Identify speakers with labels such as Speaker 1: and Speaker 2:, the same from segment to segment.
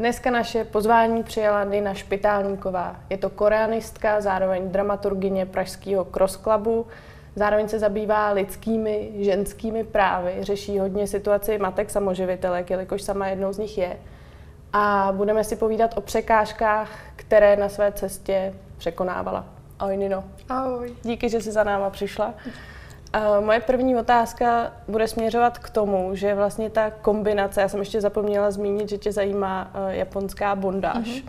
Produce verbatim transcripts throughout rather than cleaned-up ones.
Speaker 1: Dneska naše pozvání přijala Nina Špitálníková. Je to koreanistka, zároveň dramaturgyně pražského Cross Clubu, zároveň se zabývá lidskými, ženskými právy, řeší hodně situaci matek samoživitelek, jelikož sama jednou z nich je. A budeme si povídat o překážkách, které na své cestě překonávala. Ahoj Nino.
Speaker 2: Ahoj.
Speaker 1: Díky, že jsi za náma přišla. Uh, moje první otázka bude směřovat k tomu, že vlastně ta kombinace, já jsem ještě zapomněla zmínit, že tě zajímá uh, japonská bondáž. Mm-hmm.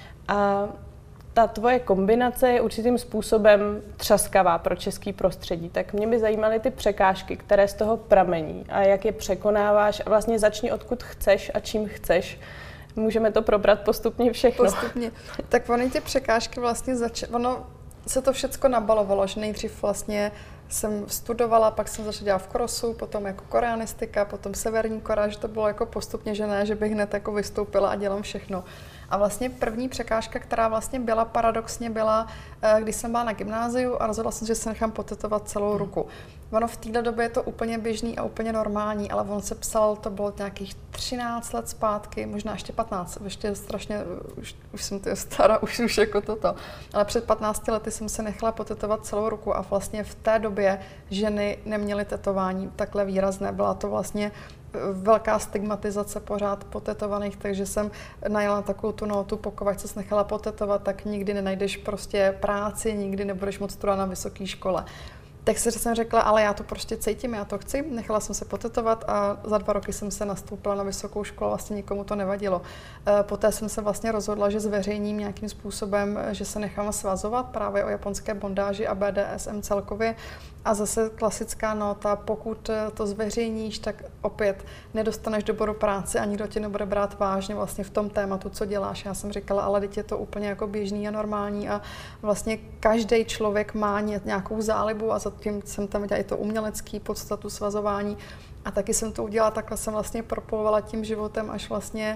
Speaker 1: A ta tvoje kombinace je určitým způsobem třaskavá pro český prostředí. Tak mě by zajímaly ty překážky, které z toho pramení a jak je překonáváš. A vlastně začni odkud chceš a čím chceš. Můžeme to probrat postupně všechno.
Speaker 2: Postupně. Tak ony ty překážky vlastně začaly, ono se to všecko nabalovalo, že nejdřív vlastně jsem studovala, pak jsem začala dělat v Crossu, potom jako koreanistika, potom Severní Korea, že to bylo jako postupně, že ne, že bych hned jako vystoupila a dělám všechno. A vlastně první překážka, která vlastně byla paradoxně, byla, když jsem byla na gymnáziu a rozhodla jsem, že se nechám potetovat celou ruku. Ono v této době je to úplně běžný a úplně normální, ale on se psal, to bylo nějakých třináct let zpátky, možná ještě patnáct, ještě strašně, už, už jsem to stará, už, už jako toto. Ale před patnácti lety jsem se nechala potetovat celou ruku a vlastně v té době ženy neměly tetování takhle výrazné. Byla to vlastně velká stigmatizace pořád potetovaných, takže jsem najela takovou tu notu, pokud se nechala potetovat, tak nikdy nenajdeš prostě práci, nikdy nebudeš moc studovat na vysoké škole. Tak jsem řekla, ale já to prostě cítím, já to chci. Nechala jsem se potetovat a za dva roky jsem se nastoupila na vysokou školu, vlastně nikomu to nevadilo. Poté jsem se vlastně rozhodla, že zveřejním nějakým způsobem, že se nechám svazovat právě o japonské bondáži a bé dé es em celkově. A zase klasická nota, pokud to zveřejníš, tak opět nedostaneš do bodu práce a nikdo tě nebude brát vážně vlastně v tom tématu, co děláš. Já jsem říkala, ale teď je to úplně jako běžný a normální a vlastně každý člověk má nějakou zálibu a zatím jsem tam viděla i to umělecký podstatu svazování. A taky jsem to udělala, takhle jsem vlastně propolovala tím životem, až vlastně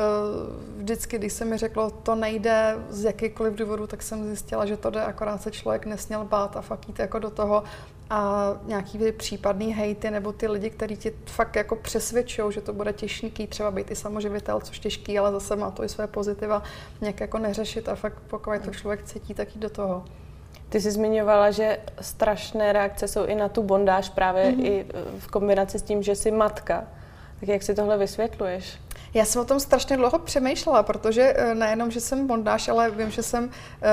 Speaker 2: uh, vždycky, když se mi řeklo, to nejde z jakýkoliv důvodu, tak jsem zjistila, že to jde, akorát se člověk nesměl bát a fakt jít jako do toho. A nějaký případný hejty nebo ty lidi, kteří ti fakt jako přesvědčují, že to bude těžký, třeba být i samoživitel, což těžký, ale zase má to i své pozitiva, nějak jako neřešit a fakt pokud to člověk cítí, tak jít do toho.
Speaker 1: Ty jsi zmiňovala, že strašné reakce jsou i na tu bondáž právě mm-hmm. i v kombinaci s tím, že jsi matka. Tak jak si tohle vysvětluješ?
Speaker 2: Já jsem o tom strašně dlouho přemýšlela, protože nejenom, že jsem bondáž, ale vím, že jsem,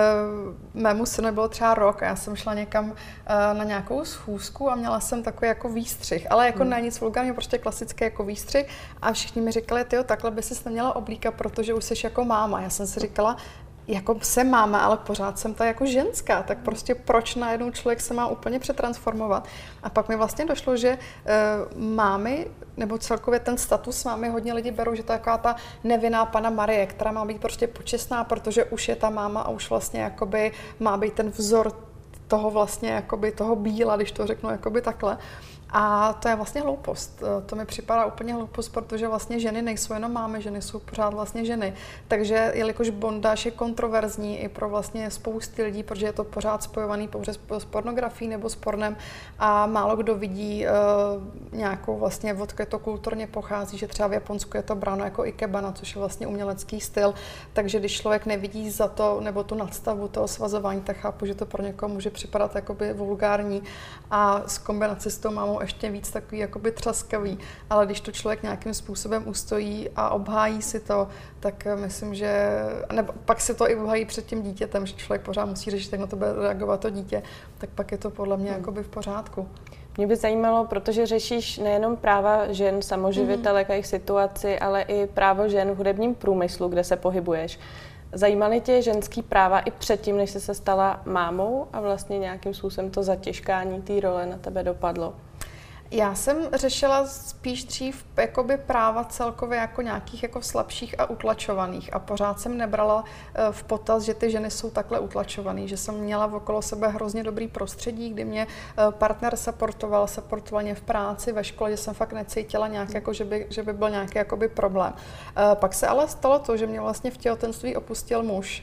Speaker 2: mému synu bylo třeba rok a já jsem šla někam na nějakou schůzku a měla jsem takový jako výstřih, ale jako hmm. ne nic vulgárního, prostě klasický jako výstřih a všichni mi říkali, tyjo, takhle by ses neměla oblíkat, protože už jsi jako máma. Já jsem si říkala, jako jsem máma, ale pořád jsem ta jako ženská, tak prostě proč najednou člověk se má úplně přetransformovat. A pak mi vlastně došlo, že uh, mámy, nebo celkově ten status mámy hodně lidi berou, že to je taková ta nevinná Panna Marie, která má být prostě počestná, protože už je ta máma a už vlastně jakoby má být ten vzor toho vlastně jakoby toho bíla, když to řeknu jakoby takhle. A to je vlastně hloupost. To mi připadá úplně hloupost, protože vlastně ženy nejsou jenom mámy, ženy jsou pořád vlastně ženy. Takže jelikož bondáž je kontroverzní i pro vlastně spousty lidí, protože je to pořád spojovaný pouze s pornografií nebo s pornem a málo kdo vidí uh, nějakou vlastně, odkud to kulturně pochází, že třeba v Japonsku je to bráno jako ikebana, což je vlastně umělecký styl. Takže když člověk nevidí za to nebo tu nadstavu toho svazování, tak chápu, že to pro někoho může připadat jakoby vulgární a s kombinací s tou mámou ještě víc takový jakoby třaskavý, ale když to člověk nějakým způsobem ustojí a obhájí si to, tak myslím, že nebo pak si to i obhájí před tím dítětem, že člověk pořád musí řešit, jak na to bude reagovat to dítě, tak pak je to podle mě hmm. jakoby v pořádku.
Speaker 1: Mě by zajímalo, protože řešíš nejenom práva žen samoživitelek mm-hmm. a jejich situaci, ale i právo žen v hudebním průmyslu, kde se pohybuješ. Zajímaly tě ženský práva i předtím, než jsi se stala mámou a vlastně nějakým způsobem to zatěžkání té role na tebe dopadlo?
Speaker 2: Já jsem řešila spíš dřív jakoby práva celkově jako nějakých jako slabších a utlačovaných a pořád jsem nebrala v potaz, že ty ženy jsou takhle utlačovaný, že jsem měla okolo sebe hrozně dobrý prostředí, kdy mě partner supportoval, supportoval mě v práci, ve škole, že jsem fakt necítila nějak jako, že by, že by byl nějaký jakoby problém. Pak se ale stalo to, že mě vlastně v těhotenství opustil muž.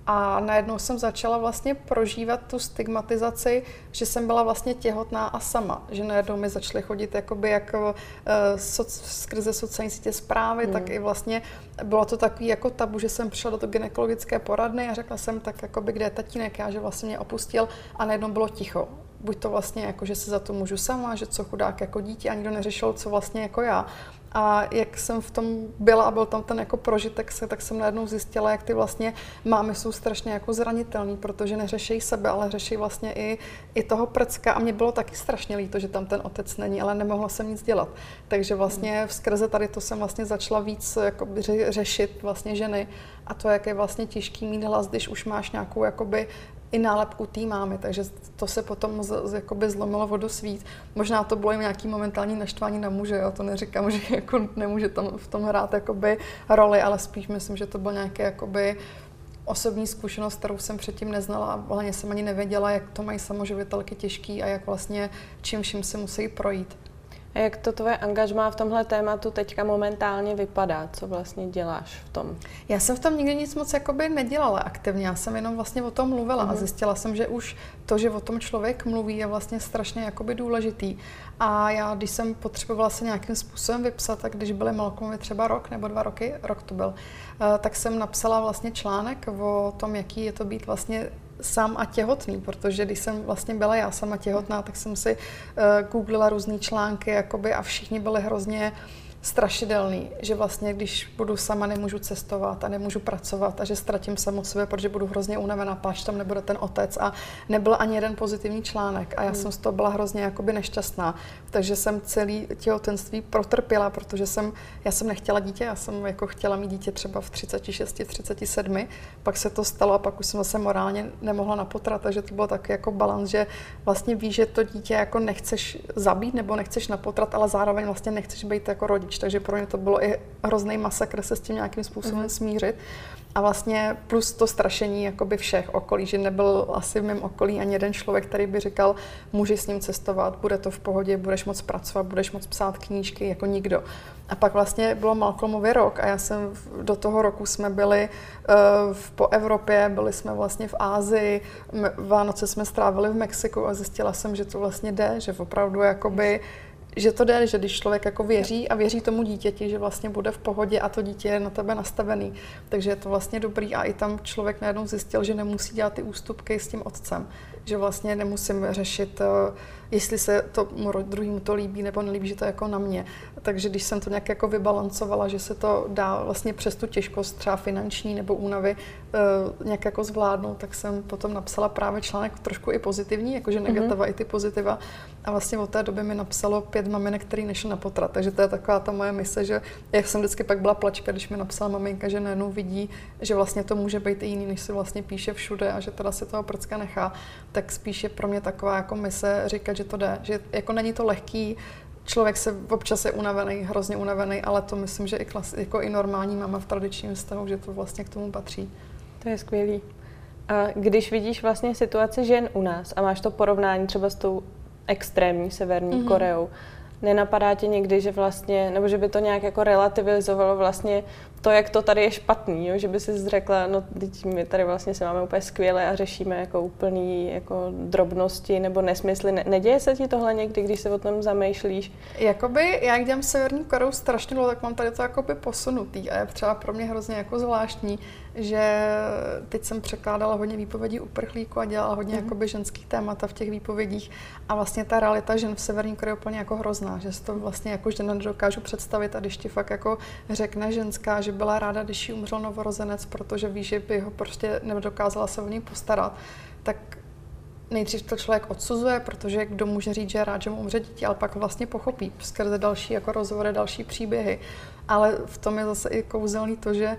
Speaker 2: A najednou jsem začala vlastně prožívat tu stigmatizaci, že jsem byla vlastně těhotná a sama. Že najednou mi začaly chodit jakoby jako uh, soc, skrze sociální sítě zprávy, hmm. tak i vlastně bylo to takový jako tabu, že jsem přišla do toho gynekologické poradny a řekla jsem tak jakoby, kde je tatínek, já, že vlastně mě opustil a najednou bylo ticho. Buď to vlastně jako, že se za to můžu sama, že co chudák jako dítě a nikdo neřešil, co vlastně jako já. A jak jsem v tom byla a byl tam ten jako prožitek, tak jsem najednou zjistila, jak ty vlastně mámy jsou strašně jako zranitelný, protože neřeší sebe, ale řeší vlastně i, i toho prcka. A mě bylo taky strašně líto, že tam ten otec není, ale nemohla jsem nic dělat. Takže vlastně skrze tady to jsem vlastně začala víc jakoby řešit vlastně ženy a to, jak je vlastně těžký mít hlas, když už máš nějakou jakoby i nálepku té mámy, takže to se potom z, z, jakoby zlomilo vodu svít. Možná to bylo i nějaký momentální naštvání na muže, jo? To neříkám, že jako nemůže tam v tom hrát jakoby roli, ale spíš myslím, že to byl nějaký jakoby osobní zkušenost, kterou jsem předtím neznala a hlavně jsem ani nevěděla, jak to mají samoživitelky těžký a jak vlastně čím vším se musí projít.
Speaker 1: A jak to tvoje angažmá v tomhle tématu teďka momentálně vypadá? Co vlastně děláš v tom?
Speaker 2: Já jsem v tom nikdy nic moc jakoby nedělala aktivně, já jsem jenom vlastně o tom mluvila mm. a zjistila jsem, že už to, že o tom člověk mluví, je vlastně strašně jakoby důležitý. A já, když jsem potřebovala se nějakým způsobem vypsat, tak když byly Malcolmovi třeba rok nebo dva roky, rok to byl, tak jsem napsala vlastně článek o tom, jaký je to být vlastně sám a těhotný, protože když jsem vlastně byla já sama těhotná, tak jsem si uh, googlila různý články jakoby, a všichni byli hrozně strašidelný, že vlastně když budu sama, nemůžu cestovat a nemůžu pracovat a že ztratím samu sebe, protože budu hrozně unavená, páč tam nebude ten otec a nebyl ani jeden pozitivní článek a já hmm. jsem z toho byla hrozně jakoby nešťastná, takže jsem celý těhotenství protrpěla, protože jsem, já jsem nechtěla dítě, já jsem jako chtěla mít dítě třeba v třicet šest, třicet sedm, pak se to stalo a pak už jsem zase morálně nemohla na potrat, takže to bylo taky jako balans, že vlastně víš, že to dítě jako nechceš zabít nebo nechceš na potrat, ale zároveň vlastně nechceš být jako rodič. Takže pro mě to bylo i hrozný masakr se s tím nějakým způsobem mm. smířit. A vlastně plus to strašení jakoby všech okolí, že nebyl asi v mém okolí ani jeden člověk, který by říkal, můžeš s ním cestovat, bude to v pohodě, budeš moc pracovat, budeš moc psát knížky, jako nikdo. A pak vlastně bylo Malcolmovy rok a já jsem do toho roku jsme byli uh, po Evropě, byli jsme vlastně v Ázii, Vánoce jsme strávili v Mexiku a zjistila jsem, že to vlastně jde, že opravdu jakoby že to jde, že když člověk jako věří a věří tomu dítěti, že vlastně bude v pohodě a to dítě je na tebe nastavený. Takže je to vlastně dobrý a i tam člověk najednou zjistil, že nemusí dělat ty ústupky s tím otcem. Že vlastně nemusím řešit, jestli se tomu druhému to líbí nebo nelíbí, že to je jako na mě. Takže když jsem to nějak jako vybalancovala, že se to dá vlastně přes tu těžkost třeba finanční nebo únavy nějak jako zvládnout, tak jsem potom napsala právě článek trošku i pozitivní, jakože negativa mm-hmm. i ty pozitiva. A vlastně od té doby mi napsalo pět maminek, který nešel na potrat. Takže to je taková ta moje mise, že jak jsem vždycky pak byla plačka, když mi napsala maminka, že najednou vidí, že vlastně to může být i jiný, než se vlastně píše všude a že teda se toho prcka nechá, tak spíš je pro mě taková jako mise říkat, že to jde, že jako není to lehký, člověk se občas je unavený, hrozně unavený, ale to myslím, že i, klas, jako i normální máma v tradičním vztahu, že to vlastně k tomu patří.
Speaker 1: To je skvělý. A když vidíš vlastně situaci žen u nás a máš to porovnání třeba s tou extrémní Severní mm-hmm. Koreou, nenapadá tě někdy, že vlastně, nebo že by to nějak jako relativizovalo vlastně to, jak to tady je špatný, jo? Že by si řekla, no teď my tady vlastně se máme úplně skvěle a řešíme jako úplný jako drobnosti nebo nesmysly. Ne- neděje se ti tohle někdy, když se o tom zamýšlíš?
Speaker 2: Jakoby, já dělám Severní Koreu strašně dlouho, tak mám tady to jakoby posunutý a je třeba pro mě hrozně jako zvláštní, že teď jsem překládala hodně výpovědí uprchlíků a dělala hodně mm. jakoby ženských témat v těch výpovědích a vlastně ta realita žen v Severní Koreji je úplně jako hrozná, že si to vlastně jako žena nedokážu představit a když ti fakt jako řekne ženská, že byla ráda, když jí umřel novorozenec, protože ví, že by ho prostě nedokázala se o něj postarat, tak nejdřív to člověk odsuzuje, protože kdo může říct, že je rád, že mu umře dítě, ale pak vlastně pochopí skrze další jako rozhovory, další příběhy. Ale v tom je zase i kouzelný to, že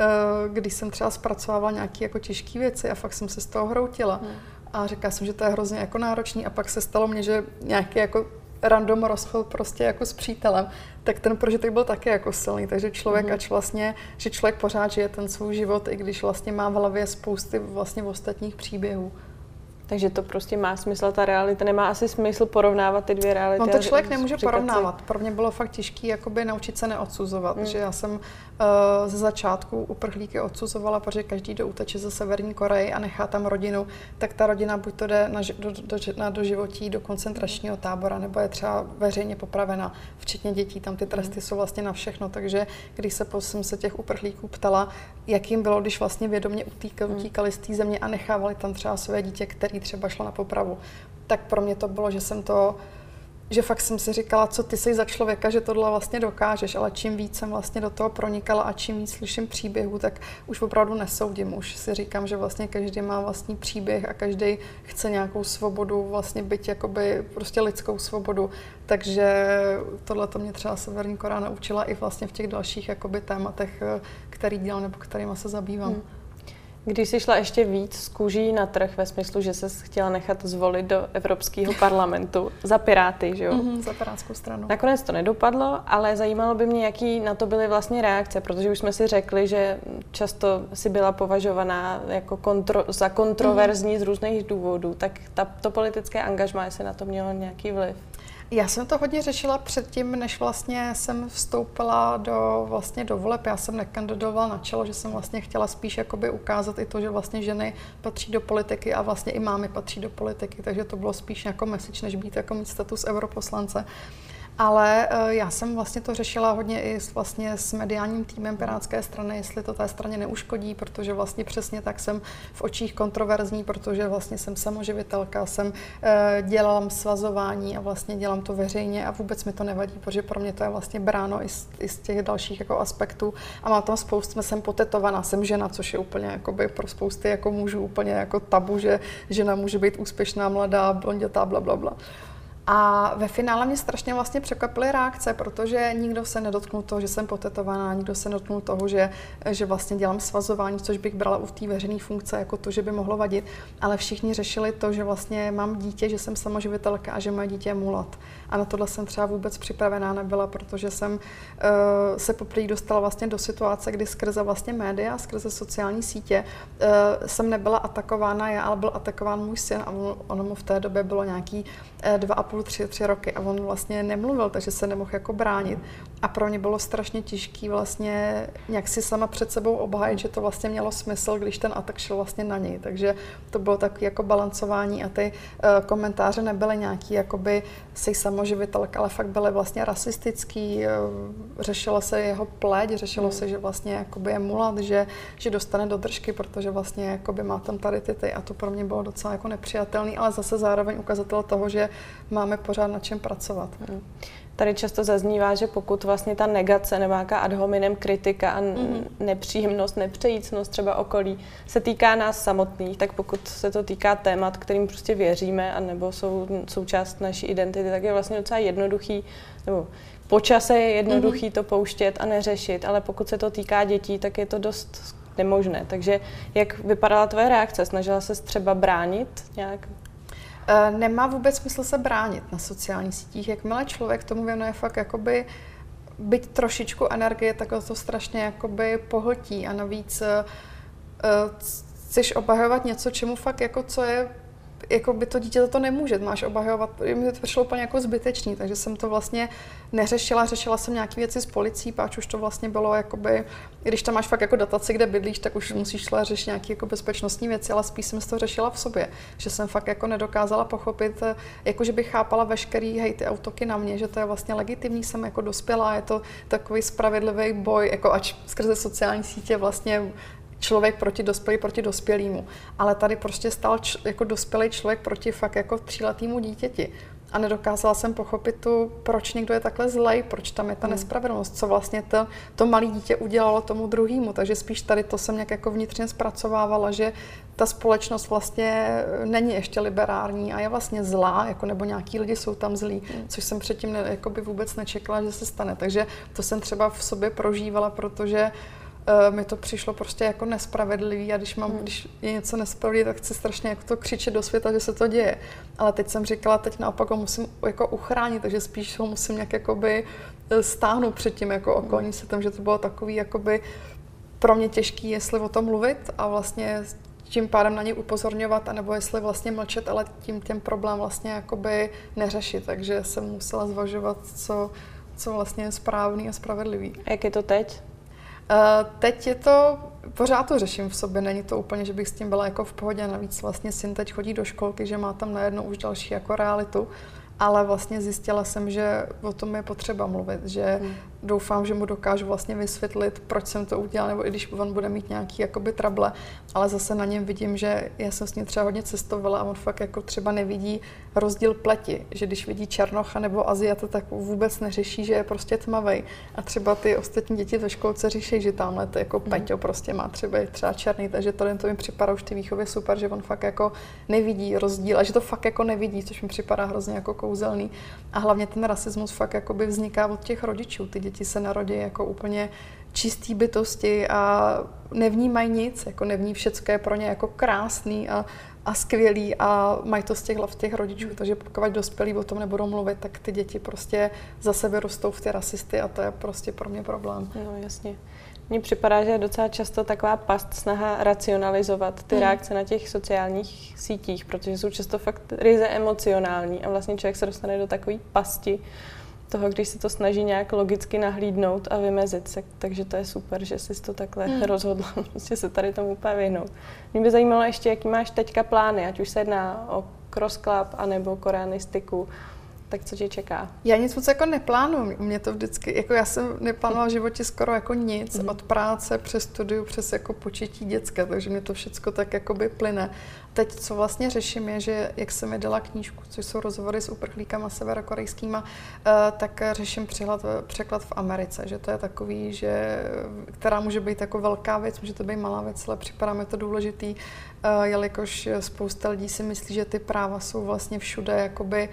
Speaker 2: když jsem třeba zpracovávala nějaké jako těžké věci a fakt jsem se z toho hroutila hmm. a říkala jsem, že to je hrozně jako náročný a pak se stalo mně, že nějaký jako random rozchod prostě jako s přítelem, tak ten prožitek byl taky jako silný, takže člověk mm-hmm. ač vlastně, že člověk pořád žije ten svůj život, i když vlastně má v hlavě spousty vlastně ostatních příběhů.
Speaker 1: Takže to prostě má smysl, ta realita. Nemá asi smysl porovnávat ty dvě reality.
Speaker 2: No to člověk nemůže porovnávat. Pro mě bylo fakt těžké jakoby naučit se neodsuzovat. Hmm. Že já jsem uh, ze začátku uprchlíky odsuzovala, protože každý, kdo uteče ze Severní Koreje a nechá tam rodinu, tak ta rodina buď to jde na, do, do, na doživotí do koncentračního tábora, nebo je třeba veřejně popravena, včetně dětí. Tam ty tresty hmm. jsou vlastně na všechno. Takže když se, jsem se těch uprchlíků ptala, jak jim bylo, když vlastně vědomě utíkali, utíkali z té země a nechávali tam třeba své dítě, který třeba šlo na popravu, tak pro mě to bylo, že jsem to, že fakt jsem si říkala, co ty jsi za člověka, že tohle vlastně dokážeš, ale čím víc jsem vlastně do toho pronikala a čím víc slyším příběhů, tak už opravdu nesoudím. Už si říkám, že vlastně každý má vlastní příběh a každý chce nějakou svobodu, vlastně být jakoby prostě lidskou svobodu. Takže tohle to mě třeba Severní Korea naučila i vlastně v těch dalších jakoby tématech, který dělám nebo kterýma se zabývám. Hmm.
Speaker 1: Když jsi šla ještě víc z kůží na trh ve smyslu, že ses chtěla nechat zvolit do Evropského parlamentu za Piráty, že jo?
Speaker 2: Mm-hmm, za Pirátskou stranu.
Speaker 1: Nakonec to nedopadlo, ale zajímalo by mě, jaký na to byly vlastně reakce, protože už jsme si řekli, že často si byla považovaná jako kontro, za kontroverzní mm-hmm. z různých důvodů, tak ta, to politické angažmá, jestli na to mělo nějaký vliv?
Speaker 2: Já jsem to hodně řešila předtím, než vlastně jsem vstoupila do, vlastně do voleb. Já jsem nekandidovala na čelo, že jsem vlastně chtěla spíš jakoby ukázat i to, že vlastně ženy patří do politiky a vlastně i mámy patří do politiky, takže to bylo spíš jako message, než být jako mít status europoslance. Ale já jsem vlastně to řešila hodně i s, vlastně s mediálním týmem Pirátské strany, jestli to té straně neuškodí, protože vlastně přesně tak jsem v očích kontroverzní, protože vlastně jsem samoživitelka, jsem dělala svazování a vlastně dělám to veřejně a vůbec mi to nevadí, protože pro mě to je vlastně bráno i z, i z těch dalších jako aspektů a mám tam spoustu, jsem potetovaná, jsem žena, což je úplně jakoby pro spousty jako mužů úplně jako tabu, že žena může být úspěšná, mladá, blondětá, blablabla. Bla, bla. A ve finále mě strašně vlastně překvapily reakce, protože nikdo se nedotknul toho, že jsem potetovaná, nikdo se nedotknul toho, že, že vlastně dělám svazování, což bych brala u té veřejné funkce jako to, že by mohlo vadit, ale všichni řešili to, že vlastně mám dítě, že jsem samoživitelka a že moje dítě je mulat. A na tohle jsem třeba vůbec připravená nebyla, protože jsem uh, se poprvé dostala vlastně do situace, kdy skrze vlastně média, skrze sociální sítě uh, jsem nebyla atakována já, ale byl atakován můj syn a on, ono mu v té době bylo nějaký uh, dva a půl, tři, tři roky a on vlastně nemluvil, takže se nemohl jako bránit. A pro mě bylo strašně těžký vlastně nějak si sama před sebou obhájit, že to vlastně mělo smysl, když ten atak šel vlastně na něj. Takže to bylo takové jako balancování a ty uh, komentáře nebyly nějaký, jakoby jsi samoživitelka, ale fakt byly vlastně rasistický, uh, řešilo se jeho pleť, řešilo hmm. se, že vlastně jakoby je mulat, že, že dostane do držky, protože vlastně jakoby má tam tady ty, ty a to pro mě bylo docela jako nepřijatelný, ale zase zároveň ukazatel toho, že máme pořád na čem pracovat. Hmm.
Speaker 1: Tady často zaznívá, že pokud vlastně ta negace nebo nějaká ad hominem kritika a mm-hmm. nepříjemnost, nepřejícnost třeba okolí se týká nás samotných, tak pokud se to týká témat, kterým prostě věříme a nebo jsou součást naší identity, tak je vlastně docela jednoduchý, nebo po čase je jednoduchý mm-hmm. to pouštět a neřešit, ale pokud se to týká dětí, tak je to dost nemožné. Takže jak vypadala tvoje reakce? Snažila ses třeba bránit nějak?
Speaker 2: Nemá vůbec smysl se bránit na sociálních sítích. Jakmile člověk tomu věnuje fakt jakoby byť trošičku energie, tak to strašně jakoby pohltí a navíc uh, chceš obhajovat něco, čemu fakt jako co je, jako by to dítě to nemůže, máš obhajovat, mi to přišlo úplně jako zbytečný, takže jsem to vlastně neřešila, řešila jsem nějaké věci s policií, páč už to vlastně bylo jakoby, když tam máš fakt jako dataci, kde bydlíš, tak už musíš řešit nějaké jako bezpečnostní věci, ale spíš jsem to řešila v sobě, že jsem fakt jako nedokázala pochopit, jako že bych chápala veškerý hej, ty autoky na mě, že to je vlastně legitimní, jsem jako dospělá, je to takový spravedlivý boj, jako ač skrze sociální sítě vlastně člověk proti dospělý proti dospělýmu. Ale tady prostě stál č- jako dospělý člověk proti fakt jako tříletýmu dítěti. A nedokázala jsem pochopit tu, proč někdo je takhle zlej, proč tam je ta nespravedlnost, co vlastně to, to malé dítě udělalo tomu druhému. Takže spíš tady to jsem nějak jako vnitřně zpracovávala, že ta společnost vlastně není ještě liberální a je vlastně zlá, jako nebo nějaký lidi jsou tam zlí, což jsem předtím ne, jakoby vůbec nečekala, že se stane. Takže to jsem třeba v sobě prožívala, protože Uh, mi to přišlo prostě jako nespravedlivý a když, mám, hmm. když je něco nespravedlivé, tak chci strašně jako to křičet do světa, že se to děje. Ale teď jsem říkala, teď naopak ho musím jako uchránit, takže spíš ho musím nějak jakoby stáhnout před tím jako okolním světem, že to bylo takový jakoby pro mě těžký, jestli o tom mluvit a vlastně tím pádem na ně upozorňovat, anebo jestli vlastně mlčet, ale tím ten problém vlastně jakoby neřešit. Takže jsem musela zvažovat, co, co vlastně je správný a spravedlivý.
Speaker 1: A jak je to teď?
Speaker 2: Uh, teď je to, pořád to řeším v sobě, není to úplně, že bych s tím byla jako v pohodě, navíc vlastně syn teď chodí do školky, že má tam najednou už další jako realitu, ale vlastně zjistila jsem, že o tom je potřeba mluvit, že hmm. doufám, že mu dokážu vlastně vysvětlit, proč jsem to udělala, nebo i když on bude mít nějaký jakoby trable, ale zase na něm vidím, že já jsem s ním třeba hodně cestovala a on fakt jako třeba nevidí rozdíl pleti, že když vidí černocha nebo Aziata, tak vůbec neřeší, že je prostě tmavej. A třeba ty ostatní děti ve školce řeší, že tamhle to jako Peťo prostě má třeba, třeba černý, takže to, to mi připadá už ty výchově super, že on fakt jako nevidí rozdíl a že to fakt jako nevidí, což mi připadá hrozně jako kouzelný. A hlavně ten rasismus fakt jakoby vzniká od těch rodičů. Ty děti se narodí jako úplně čistý bytosti a nevnímají nic, jako nevní všecko je pro ně jako krásný a, a skvělý a mají to z těch hlav těch rodičů, takže pokud dospělí o tom nebudou mluvit, tak ty děti prostě za sebe rostou v ty rasisty a to je prostě pro mě problém.
Speaker 1: No jasně. Mně připadá, že je docela často taková past, snaha racionalizovat ty mm. reakce na těch sociálních sítích, protože jsou často fakt ryze emocionální a vlastně člověk se dostane do takové pasti toho, když se to snaží nějak logicky nahlídnout a vymezit se. Takže to je super, že jsi to takhle mm. rozhodla, prostě se tady tomu úplně vyhnout. Mě by zajímalo ještě, jaký máš teďka plány, ať už se jedná o Cross Club anebo koreanistiku. Tak co tě čeká?
Speaker 2: Já nic moc jako neplánuju. Mě to vždycky, jako já jsem neplánovala v životě skoro jako nic, mm. od práce přes studiu, přes jako početí děcka, takže mě to všecko tak jakoby plyne. Teď, co vlastně řeším, je, že jak jsem mi dala knížku, což jsou rozhovory s uprchlíkama severokorejskýma, tak řeším překlad, překlad v Americe, že to je takový, že, která může být jako velká věc, může to být malá věc, ale připadá mi to důležitý, jelikož spousta lidí si myslí, že ty práva jsou vlastně všude jakoby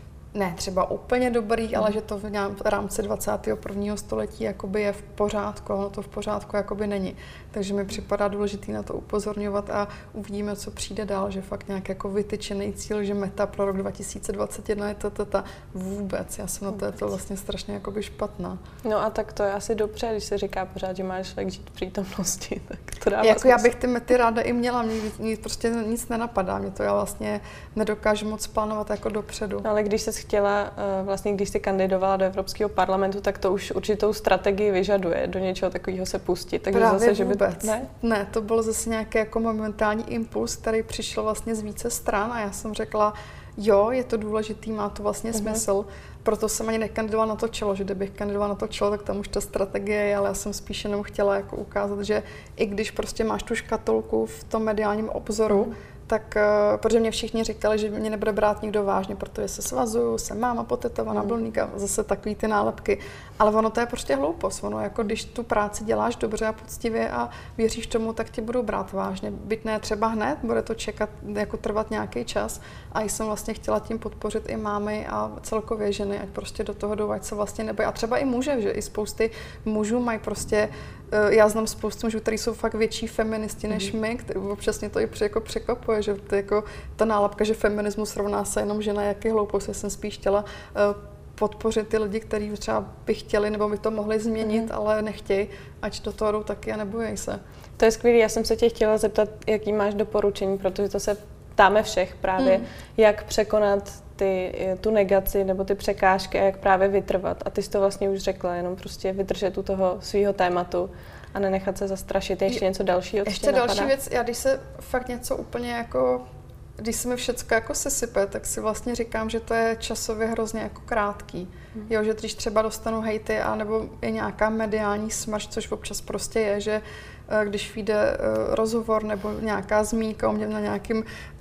Speaker 2: ne třeba úplně dobrý, mm. ale že to v rámci dvacátého prvního století jakoby je v pořádku, ono to v pořádku jakoby není. Takže mi připadá důležitý na to upozorňovat a uvidíme, co přijde dál, že fakt nějak jako vytyčený cíl, že meta pro rok dva tisíce dvacet jedna je tata vůbec. Já jsem na to, je to vlastně strašně jakoby špatná.
Speaker 1: No a tak to je asi dobře, když se říká pořád, že máš člověk žít v přítomnosti, tak to dává
Speaker 2: jako já bych ty mety ráda i měla, mě, mě prostě nic nenapadá, mě to já vlastně nedokážu moc plánovat jako dopředu.
Speaker 1: Ale když se chtěla, vlastně když jsi kandidovala do Evropského parlamentu, tak to už určitou strategii vyžaduje, do něčeho takového se pustit. Takže
Speaker 2: právě
Speaker 1: zase, že by...
Speaker 2: Ne? ne, to byl zase nějaký jako momentální impuls, který přišel vlastně z více stran a já jsem řekla, jo, je to důležitý, má to vlastně uh-huh. smysl, proto jsem ani nekandidovala na to čelo, že kdybych kandidovala na to čelo, tak tam už ta strategie je, ale já jsem spíš jenom chtěla jako ukázat, že i když prostě máš tu škatulku v tom mediálním obzoru, uh-huh. tak, uh, protože mě všichni říkali, že mě nebude brát nikdo vážně, protože se svazuju, jsem máma potetovaná, mm. blbníka, zase takový ty nálepky. Ale ono to je prostě hloupost. Ono, jako když tu práci děláš dobře a poctivě a věříš tomu, tak tě budou brát vážně. Byť ne třeba hned, bude to čekat, jako trvat nějaký čas. A jsem vlastně chtěla tím podpořit i mámy a celkově ženy, ať prostě do toho jdou, ať se vlastně nebojí. A třeba i muže, že i spousty mužů mají prostě, já znám spoustu mužů, kteří jsou fakt větší feministi než mm. my, který občas mě to i jako překvapuje, že to jako ta nálepka, že feminismus rovná se jenom žena, jaký hloupost. Já jsem spíš chtěla uh, podpořit ty lidi, kteří třeba by chtěli nebo by to mohli změnit, mm. ale nechtějí, ať do toho jdou taky a nebojí se.
Speaker 1: To je skvělé, já jsem se tě chtěla zeptat, jaký máš doporučení, protože to se ptáme všech právě, mm. jak překonat ty, tu negaci nebo ty překážky a jak právě vytrvat. A ty jsi to vlastně už řekla, jenom prostě vydržet u toho svého tématu a nenechat se zastrašit. Je ještě něco dalšího, co
Speaker 2: Ještě další věc, já když se fakt něco úplně jako, když se mi všecko jako sesype, tak si vlastně říkám, že to je časově hrozně jako krátký. Hmm. Jo, že když třeba dostanu hejty a nebo je nějaká mediální smršť, což občas prostě je, že když vyjde uh, rozhovor nebo nějaká zmínka o mě na nějakým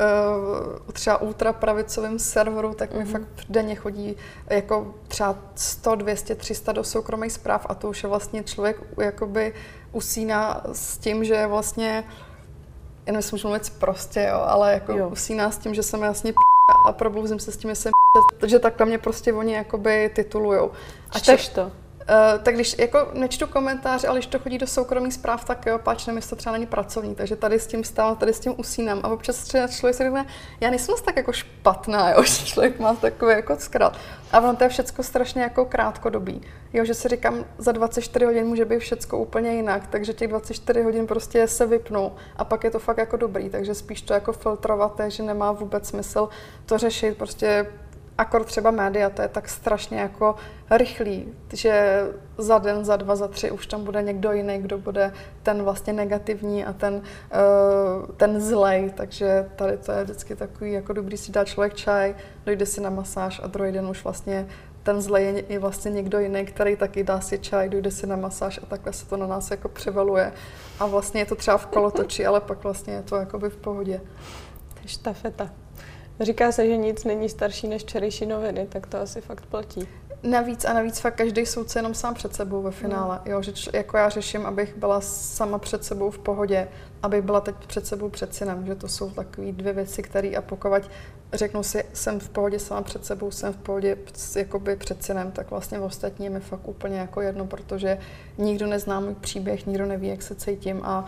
Speaker 2: uh, třeba ultrapravicovém serveru, tak mi mm-hmm. fakt denně chodí jako třeba sto, dvě stě, tři sta do soukromých zpráv a to už je vlastně člověk jakoby usíná s tím, že vlastně, jen myslím, že mluvit prostě, jo, ale jako jo. usíná s tím, že jsem jasně p*** a problouzím se s tím, že jsem p***, takže takhle mě prostě oni jakoby titulujou.
Speaker 1: A čteš to?
Speaker 2: Uh, tak když jako nečtu komentáře, ale když to chodí do soukromých zpráv, tak jo, páč na město třeba není pracovní, takže tady s tím stávám, tady s tím usínám. A občas třeba člověk si řekne, já nejsem tak jako špatná, jo, že člověk má takový jako zkrat. A ono to je všecko strašně jako krátkodobý. Jo, že si říkám, za dvacet čtyři hodin může být všecko úplně jinak, takže těch dvacet čtyři hodin prostě se vypnu a pak je to fakt jako dobrý, takže spíš to jako filtrovat, že nemá vůbec smysl to řešit, prostě akor třeba média, to je tak strašně jako rychlý, že za den, za dva, za tři už tam bude někdo jiný, kdo bude ten vlastně negativní a ten, uh, ten zlej, takže tady to je vždycky takový jako dobrý si dá člověk čaj, dojde si na masáž a druhý den už vlastně ten zlej je, je vlastně někdo jiný, který taky dá si čaj, dojde si na masáž a takhle se to na nás jako převaluje a vlastně je to třeba v kolotoči, ale pak vlastně je to jakoby v pohodě.
Speaker 1: To je štafeta. Říká se, že nic není starší než včerejší noviny, tak to asi fakt platí.
Speaker 2: Navíc a navíc fakt každý soudce jenom sám před sebou ve finále. Mm. Jo, že č- jako já řeším, abych byla sama před sebou v pohodě, abych byla teď před sebou před synem, že to jsou takové dvě věci, které a pokud řeknu si, jsem v pohodě sama před sebou, jsem v pohodě jakoby před synem, tak vlastně v ostatní je mi fakt úplně jako jedno, protože nikdo nezná můj příběh, nikdo neví, jak se cítím a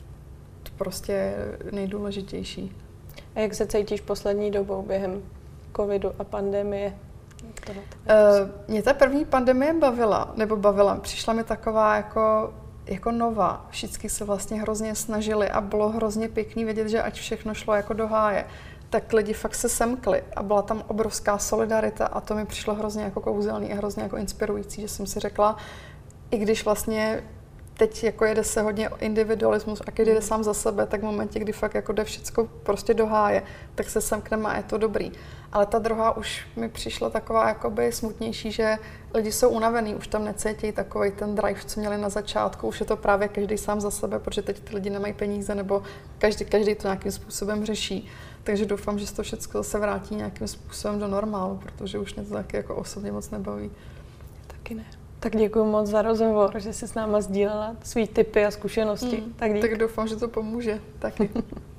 Speaker 2: to prostě je nejdůležitější.
Speaker 1: A jak se cítíš poslední dobou během covidu a pandemie?
Speaker 2: Uh, mě ta první pandemie bavila, nebo bavila. Přišla mi taková jako, jako nová. Všichni se vlastně hrozně snažili a bylo hrozně pěkný vědět, že ať všechno šlo jako do háje, tak lidi fakt se semkli a byla tam obrovská solidarita a to mi přišlo hrozně jako kouzelný a hrozně jako inspirující, že jsem si řekla, i když vlastně teď jako jede se hodně individualismus a když jde sám za sebe, tak v momentě, kdy fakt jako jde všecko prostě do háje, tak se semkneme a je to dobrý. Ale ta druhá už mi přišla taková jakoby smutnější, že lidi jsou unavený, už tam necítí takovej ten drive, co měli na začátku, už je to právě každý sám za sebe, protože teď ty lidi nemají peníze nebo každý, každý to nějakým způsobem řeší. Takže doufám, že se to všechno zase vrátí nějakým způsobem do normálu, protože už mě to taky jako osobně moc nebaví.
Speaker 1: Taky ne. Tak děkuji moc za rozhovor, že jsi s náma sdílela svý tipy a zkušenosti.
Speaker 2: Mm,
Speaker 1: tak, dík.
Speaker 2: tak doufám, že to pomůže taky.